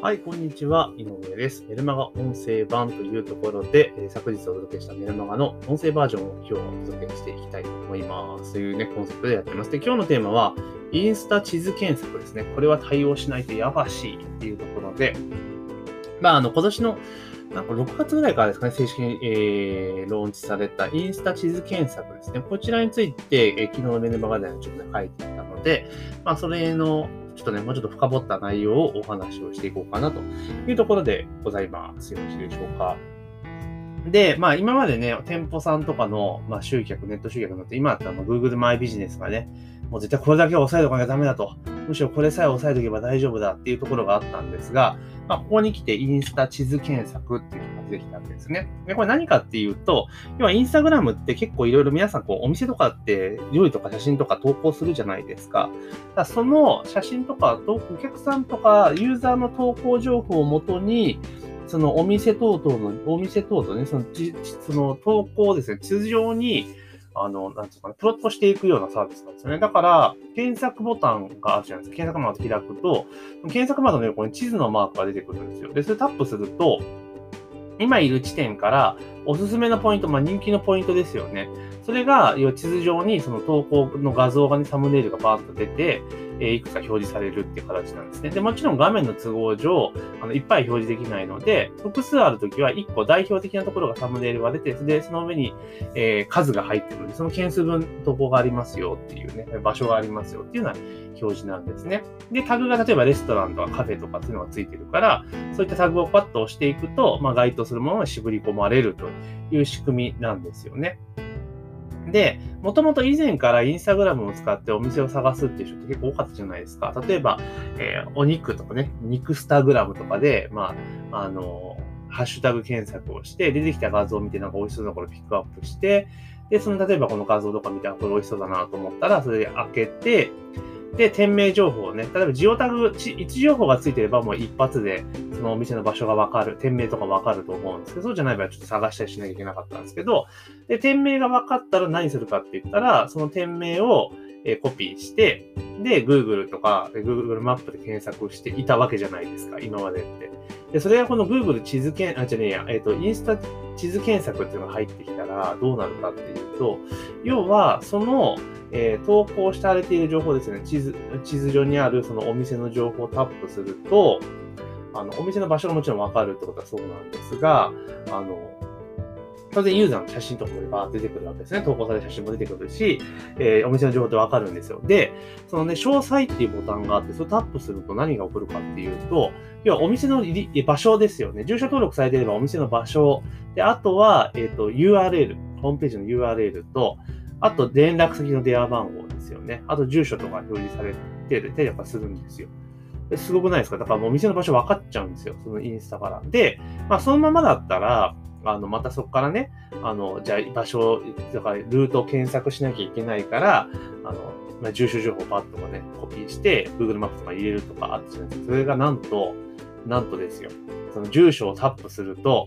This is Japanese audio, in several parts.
はい、こんにちは。井上です。メルマガ音声版というところで、昨日お届けしたメルマガの音声バージョンを今日はお届けしていきたいと思います。というね、コンセプトでやってます。で、今日のテーマは、インスタ地図検索ですね。これは対応しないとやばしいっていうところで、今年の6月ぐらいからですかね、正式に、ローンチされたインスタ地図検索ですね。こちらについて、昨日のメルマガでちょっとね、書いていたので、それの、ちょっとね、もうちょっと深掘った内容をお話をしていこうかなというところでございます。よろしいでしょうか。で、今までね、店舗さんとかの、集客、ネット集客になって、今だったらGoogle マイビジネスがね、もう絶対これだけは抑えておかなきゃダメだと。むしろこれさえ抑えておけば大丈夫だっていうところがあったんですが、ここに来てインスタ地図検索っていうのが出てきたわけですね。で、これ何かっていうと、要はインスタグラムって結構いろいろ皆さんお店とかって料理とか写真とか投稿するじゃないですか。だからその写真とかお客さんとかユーザーの投稿情報をもとに、そのお店等々ね、その投稿をですね、地図上に、なんていうかね、プロットしていくようなサービスなんですよね。だから、検索ボタンがあるじゃないですか。検索窓を開くと、検索窓の横に地図のマークが出てくるんですよ。で、それタップすると、今いる地点からおすすめのポイント、人気のポイントですよね。それが、地図上にその投稿の画像がね、サムネイルがバーッと出て、いくつか表示されるっていう形なんですね。で、もちろん画面の都合上、いっぱい表示できないので、複数あるときは1個代表的なところがサムネイルが出て、で、その上に、数が入ってくるので、その件数分投稿がありますよっていうね、場所がありますよっていうような表示なんですね。で、タグが例えばレストランとかカフェとかっていうのがついてるから、そういったタグをパッと押していくと、該当するものが絞り込まれるという仕組みなんですよね。で、もともと以前からインスタグラムを使ってお店を探すっていう人って結構多かったじゃないですか。例えば、お肉とかね、肉スタグラムとかで、ハッシュタグ検索をして、出てきた画像を見て美味しそうなところをピックアップして、で、例えばこの画像とか見たらこれ美味しそうだなと思ったら、それで開けて、で、店名情報をね、例えばジオタグ、位置情報がついてればもう一発でそのお店の場所がわかる、店名とかわかると思うんですけど、そうじゃない場合はちょっと探したりしなきゃいけなかったんですけど、で、店名がわかったら何するかって言ったら、その店名をコピーして、で、Google とか Google マップで検索していたわけじゃないですか、今までって。で、それがこの Google 地図インスタ地図検索っていうのが入ってきたらどうなるかっていうと、要は、その、投稿されている情報ですね。地図上にあるそのお店の情報をタップすると、お店の場所がもちろんわかるってことはそうなんですが、当然ユーザーの写真とかもバーッと出てくるわけですね。投稿された写真も出てくるし、お店の情報ってわかるんですよ。で、そのね、詳細っていうボタンがあって、それをタップすると何が起こるかっていうと、要はお店の場所ですよね。住所登録されていればお店の場所。で、あとは、URL、ホームページの URL と、あと連絡先の電話番号ですよね。あと住所とか表示されてたりとかするんですよ。すごくないですか？だからもうお店の場所分かっちゃうんですよ。そのインスタから。で、そのままだったら、またそこからね、じゃあ場所、だからルートを検索しなきゃいけないから、住所情報パッとかね、コピーして、Google マップとか入れるとかあったじゃないですか。それがなんとですよ。その住所をタップすると、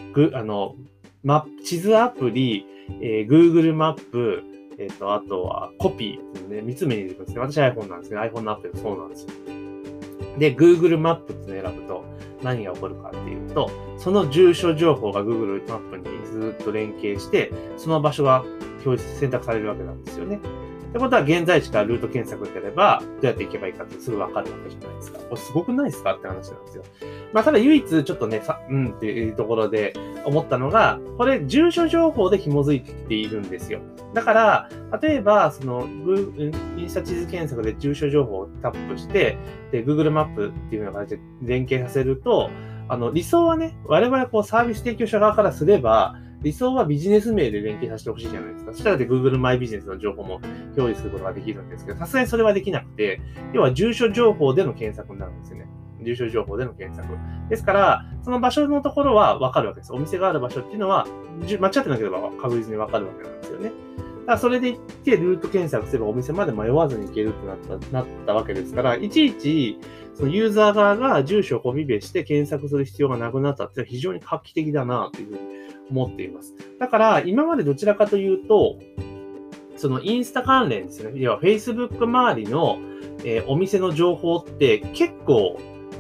地図アプリ、Google マップ、あとはコピーっていうね、3つ目に出てくるんですね。私 iPhone なんですけど、iPhone のアプリはそうなんですよ。で、Google マップっていうのを選ぶと何が起こるかっていうと、その住所情報が Google マップにずっと連携して、その場所が選択されるわけなんですよね。ってことは、現在地からルート検索ってやれば、どうやって行けばいいかってすぐわかるわけじゃないですか。これすごくないですかって話なんですよ。ただ唯一ちょっとね、っていうところで思ったのが、これ住所情報で紐づいてきているんですよ。だから、例えば、インスタ地図検索で住所情報をタップして、で、Google マップっていうのが連携させると、理想はね、我々サービス提供者側からすれば、理想はビジネス名で連携させてほしいじゃないですか。そしたらGoogle マイビジネスの情報も表示することができるんですけど、さすがにそれはできなくて、要は住所情報での検索になるんですよね。住所情報での検索。ですから、その場所のところは分かるわけです。お店がある場所っていうのは、間違ってなければ確実に分かるわけなんですよね。だからそれで行ってルート検索すればお店まで迷わずに行けるってなったわけですから、いちいちそのユーザー側が住所をコピペして検索する必要がなくなったっていうのは非常に画期的だなというふうに思っています。だから今までどちらかというと、そのインスタ関連ですね。要は Facebook 周りの、お店の情報って結構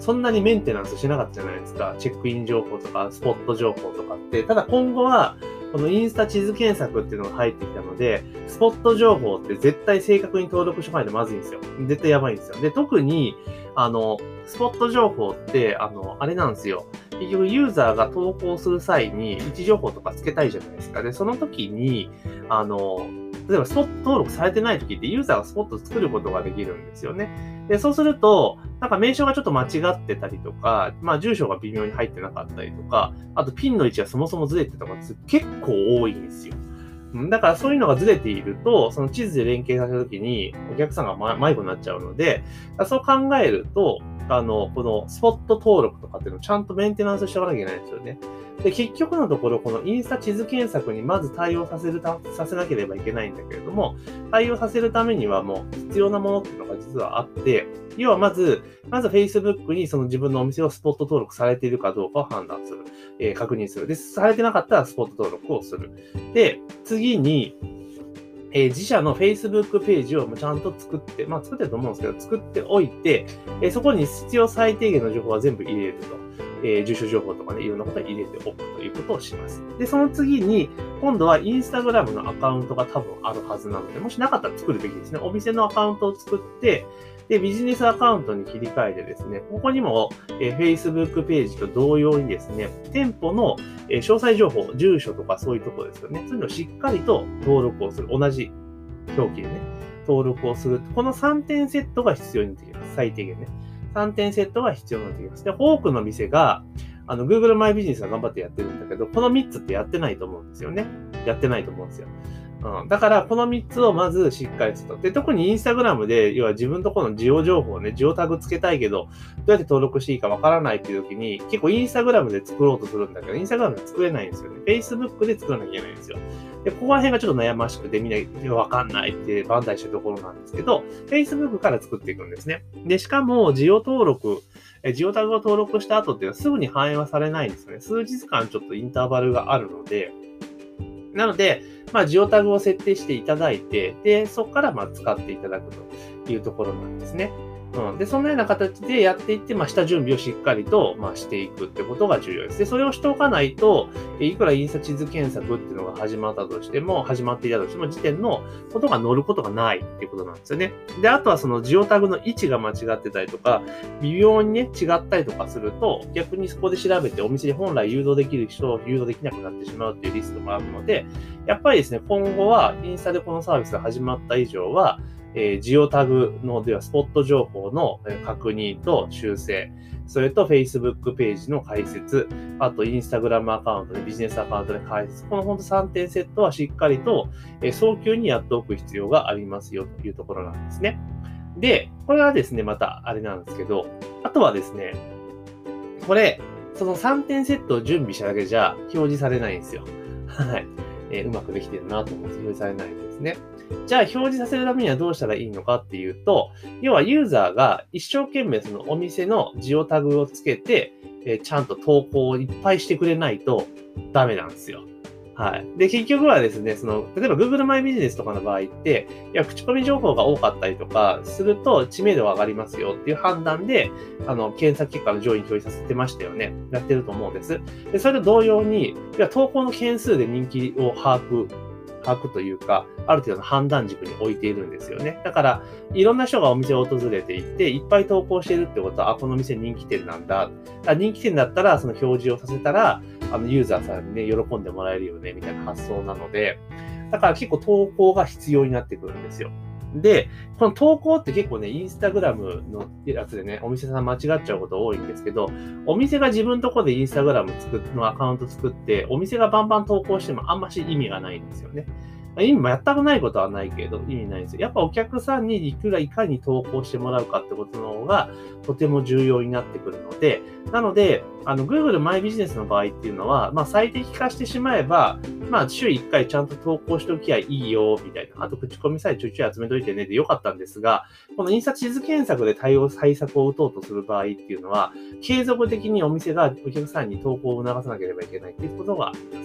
そんなにメンテナンスしなかったじゃないですか。チェックイン情報とか、スポット情報とかって。ただ今後は、このインスタ地図検索っていうのが入ってきたので、スポット情報って絶対正確に登録しとかないとまずいんですよ。絶対やばいんですよ。で、特に、スポット情報って、あれなんですよ。結局ユーザーが投稿する際に位置情報とかつけたいじゃないですか。で、その時に、例えばスポット登録されてない時ってユーザーがスポットを作ることができるんですよね。で、そうすると、なんか名称がちょっと間違ってたりとか、まあ住所が微妙に入ってなかったりとか、あとピンの位置がそもそもずれてたとか結構多いんですよ。だからそういうのがずれていると、その地図で連携させたときにお客さんが迷子になっちゃうので、そう考えると、このスポット登録とかっていうのをちゃんとメンテナンスしておかなきゃいけないんですよね。で、結局のところ、このインスタ地図検索にまず対応させなければいけないんだけれども、対応させるためにはもう必要なものっていうのが実はあって、要はまず Facebook にその自分のお店をスポット登録されているかどうかを判断する。確認する。で、されてなかったらスポット登録をする。で、次に、自社の Facebook ページをちゃんと作って、作ってると思うんですけど、作っておいて、そこに必要最低限の情報は全部入れると。住所情報とかね、いろんなことを入れておくということをします。で、その次に、今度は Instagram のアカウントが多分あるはずなので、もしなかったら作るべきですね。お店のアカウントを作って、で、ビジネスアカウントに切り替えてですね、ここにも、Facebook ページと同様にですね、店舗の、詳細情報、住所とかそういうところですよね。そういうのをしっかりと登録をする。同じ表記でね、登録をする。この3点セットが必要になってきます。最低限ね。3点セットが必要になってきます。で、多くの店が、Google マイビジネスが頑張ってやってるんだけど、この3つってやってないと思うんですよね。やってないと思うんですよ。だから、この3つをまずしっかりすると。で、特にインスタグラムで、要は自分のところのジオ情報をね、ジオタグつけたいけど、どうやって登録していいかわからないっていう時に、結構インスタグラムで作ろうとするんだけど、インスタグラムで作れないんですよね。Facebook で作らなきゃいけないんですよ。で、ここら辺がちょっと悩ましくて、みんなわかんないってバンダイしてるところなんですけど、Facebook から作っていくんですね。で、しかも、ジオタグを登録した後っていうのはすぐに反映はされないんですよね。数日間ちょっとインターバルがあるので、なので、ジオタグを設定していただいて、で、そこから使っていただくというところなんですね。で、そんなような形でやっていって、下準備をしっかりと、していくってことが重要です。で、それをしておかないと、いくらインスタ地図検索っていうのが始まっていたとしても、時点のことが載ることがないっていうことなんですよね。で、あとはそのジオタグの位置が間違ってたりとか、微妙にね、違ったりとかすると、逆にそこで調べてお店に本来誘導できる人を誘導できなくなってしまうっていうリスクもあるので、やっぱりですね、今後はインスタでこのサービスが始まった以上は、ジオタグのではスポット情報の確認と修正、それと Facebook ページの開設、あと Instagram アカウントでビジネスアカウントで開設、このほんと3点セットはしっかりと早急にやっておく必要がありますよというところなんですね。で、これはですね、またあれなんですけど、あとはですね、その3点セットを準備しただけじゃ表示されないんですよ。はい。うまくできてるなと思って表示されないんですね。じゃあ表示させるためにはどうしたらいいのかっていうと、要はユーザーが一生懸命そのお店のジオタグをつけて、ちゃんと投稿をいっぱいしてくれないとダメなんですよ。はい。で、結局はですね、例えば Google マイビジネスとかの場合って、口コミ情報が多かったりとかすると知名度が上がりますよっていう判断で、検索結果の上位に表示させてましたよね。やってると思うんです。で、それと同様に、投稿の件数で人気を把握というか、ある程度の判断軸に置いているんですよね。だから、いろんな人がお店を訪れていて、いっぱい投稿しているってことは、この店人気店なんだ。人気店だったら、その表示をさせたら、ユーザーさんにね、喜んでもらえるよね、みたいな発想なので、だから結構投稿が必要になってくるんですよ。で、この投稿って結構ね、インスタグラムのやつでね、お店さん間違っちゃうこと多いんですけど、お店が自分のところでインスタグラムのアカウント作って、お店がバンバン投稿してもあんまし意味がないんですよね。意味全くないことはないけど、意味ないんですよ。やっぱお客さんにいかに投稿してもらうかってことの方がとても重要になってくるので、なので、Google マイビジネスの場合っていうのは、最適化してしまえば、週1回ちゃんと投稿しておきゃいいよ、みたいな。あと、口コミさえちょいちょい集めといてねでよかったんですが、このインスタ地図検索で対策を打とうとする場合っていうのは、継続的にお店がお客さんに投稿を促さなければいけないっていうことがあります。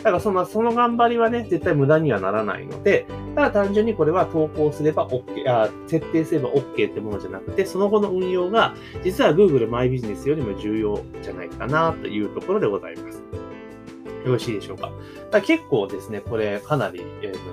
だからその頑張りはね、絶対無駄にはならないので、ただ単純にこれは投稿すれば OK、設定すれば OK ってものじゃなくて、その後の運用が実は Google マイビジネスよりも重要じゃないかなというところでございます。よろしいでしょうか。だから結構ですね、これかなり、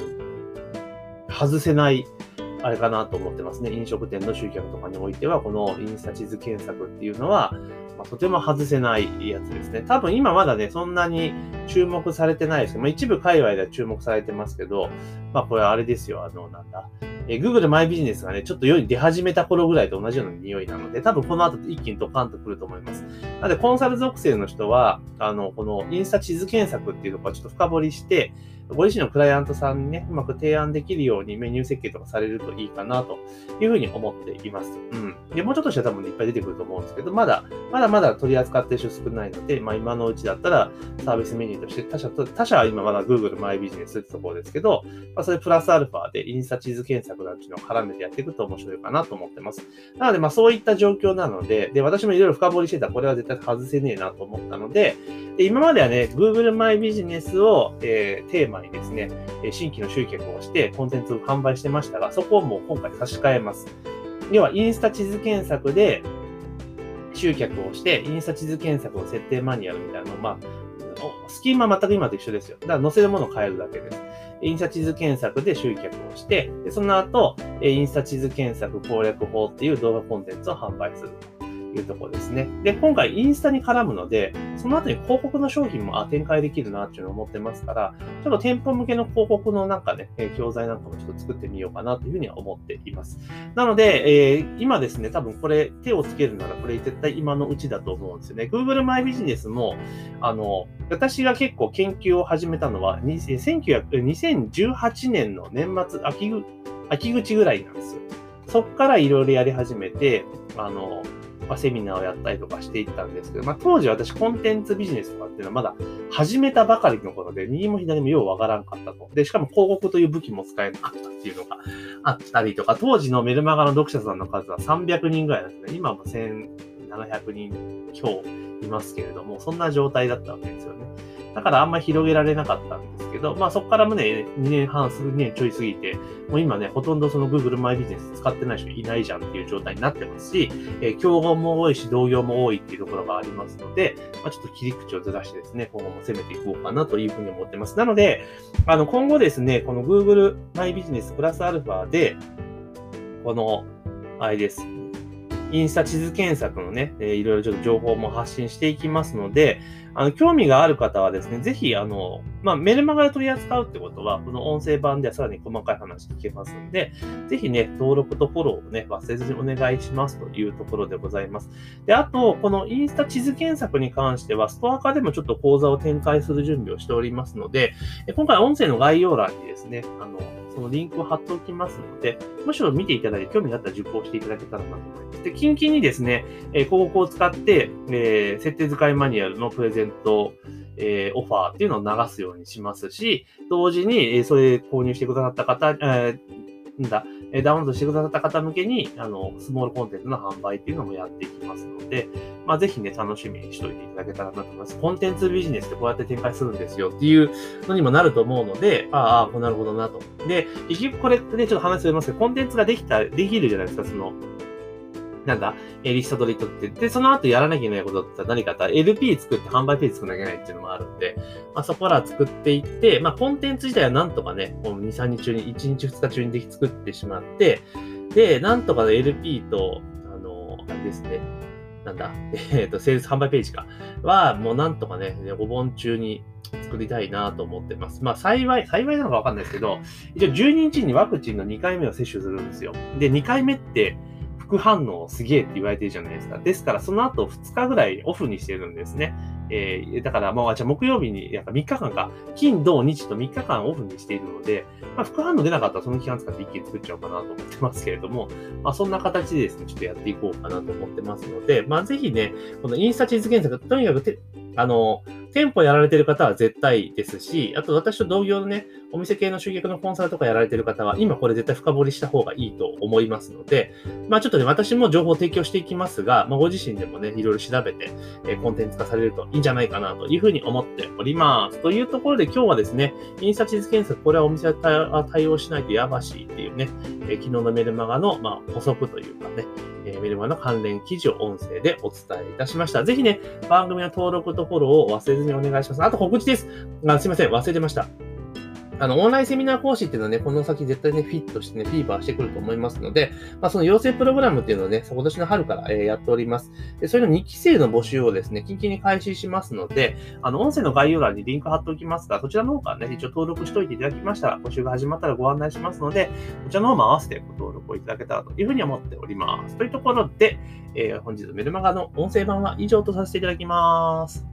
外せないあれかなと思ってますね。飲食店の集客とかにおいては、このインスタ地図検索っていうのは、とても外せないやつですね。多分今まだね、そんなに注目されてないですけど、一部界隈では注目されてますけど、これあれですよ、Google マイビジネスがね、ちょっと世に出始めた頃ぐらいと同じような匂いなので、多分この後一気にドカンと来ると思います。なので、コンサル属性の人は、このインスタ地図検索っていうところをちょっと深掘りして、ご自身のクライアントさんにね、うまく提案できるようにメニュー設計とかされるといいかなというふうに思っています。で、もうちょっとしたら多分いっぱい出てくると思うんですけど、まだ取り扱ってる人少ないので、今のうちだったらサービスメニューとして他社は今まだ Google マイビジネスってところですけど、それプラスアルファでインスタ地図検索なんていうのを絡めてやっていくと面白いかなと思ってます。なので、そういった状況なので、私もいろいろ深掘りしてたこれは絶対外せねえなと思ったので、今まではね、Google マイビジネスを、テーマにですね、新規の集客をしてコンテンツを販売してましたが、そこをもう今回差し替えます。要はインスタ地図検索で集客をして、インスタ地図検索の設定マニュアルみたいなのを、スキーマは全く今と一緒ですよ。だから載せるものを変えるだけです。インスタ地図検索で集客をして、でその後、インスタ地図検索攻略法っていう動画コンテンツを販売するというところですね。で、今回インスタに絡むので、その後に広告の商品も展開できるなっていうのを思ってますから、ちょっと店舗向けの広告の教材なんかもちょっと作ってみようかなというふうには思っています。なので、今ですね、多分これ手をつけるならこれ絶対今のうちだと思うんですよね。Google マイビジネスも、私が結構研究を始めたのは2018年の年末、秋口ぐらいなんですよ。そっからいろいろやり始めて、セミナーをやったりとかしていったんですけど、当時私コンテンツビジネスとかっていうのはまだ始めたばかりの頃で、右も左もようわからんかったと。で、しかも広告という武器も使えなかったっていうのがあったりとか、当時のメルマガの読者さんの数は300人ぐらいなんですね。今も1700人強いますけれども、そんな状態だったわけですよね。だからあんまり広げられなかったんですけど、そこからもね、2年半、2年ちょい過ぎて、もう今ね、ほとんどその Google マイビジネス使ってない人いないじゃんっていう状態になってますし、競合も多いし、同業も多いっていうところがありますので、ちょっと切り口をずらしてですね、今後も攻めていこうかなというふうに思ってます。なので、今後ですね、この Google マイビジネスプラスアルファで、この、あれです。インスタ地図検索のね、いろいろちょっと情報も発信していきますので、興味がある方はですね、ぜひ、メルマガで取り扱うってことは、この音声版ではさらに細かい話聞けますので、ぜひね、登録とフォローをね、忘れずにお願いしますというところでございます。で、あと、このインスタ地図検索に関しては、ストア化でもちょっと講座を展開する準備をしておりますので、今回音声の概要欄にですね、そのリンクを貼っておきますので、むしろ見ていただいて興味があったら受講していただけたらなと思います。で、近々にですね、広告を使って、設定使いマニュアルのプレゼント、オファーっていうのを流すようにしますし、同時に、それで購入してくださった方、ダウンロードしてくださった方向けに、スモールコンテンツの販売っていうのもやっていきますので、ぜひね、楽しみにしておいていただけたらなと思います。コンテンツビジネスってこうやって展開するんですよっていうのにもなると思うので、なるほどなと。で、これでちょっと話しておりますけど、コンテンツができるじゃないですか、リスト取り取って。で、その後やらなきゃいけないことって何かあったら LP 作って販売ページ作らなきゃいけないっていうのもあるんで、そこから作っていって、コンテンツ自体はなんとかね、2、3日中に、1日2日中に作ってしまって、で、なんとか LP と、あれですね、セールス販売ページは、もうなんとかね、お盆中に作りたいなと思ってます。幸いなのかわかんないですけど、一応12日にワクチンの2回目を接種するんですよ。で、2回目って、副反応すげえって言われてるじゃないですか。ですから、その後2日ぐらいオフにしてるんですね。だからもう、木曜日に、3日間か、金、土、日と3日間オフにしているので、副反応出なかったらその期間使って一気に作っちゃおうかなと思ってますけれども、そんな形でですね、ちょっとやっていこうかなと思ってますので、ぜひね、このインスタ地図検索、とにかく店舗やられてる方は絶対ですし、あと私と同業のね、 お店系の集客のコンサルとかやられている方は、今これ絶対深掘りした方がいいと思いますので、ちょっとね、私も情報を提供していきますが、ご自身でもね、いろいろ調べて、コンテンツ化されるといいんじゃないかなというふうに思っております。というところで今日はですね、インスタ地図検索、これはお店は対応しないとやばしいっていうね、昨日のメルマガの、補足というかね、メルマガの関連記事を音声でお伝えいたしました。ぜひね、番組の登録とフォローを忘れずにお願いします。あと告知です。すいません、忘れてました。オンラインセミナー講師っていうのはね、この先絶対ね、フィットしてね、フィーバーしてくると思いますので、その養成プログラムっていうのをね、今年の春から、やっております。で、それの2期生の募集をですね、近々に開始しますので、音声の概要欄にリンク貼っておきますが、そちらの方からね、一応登録しておいていただきましたら、募集が始まったらご案内しますので、こちらの方も合わせてご登録をいただけたらというふうに思っております。というところで、本日のメルマガの音声版は以上とさせていただきます。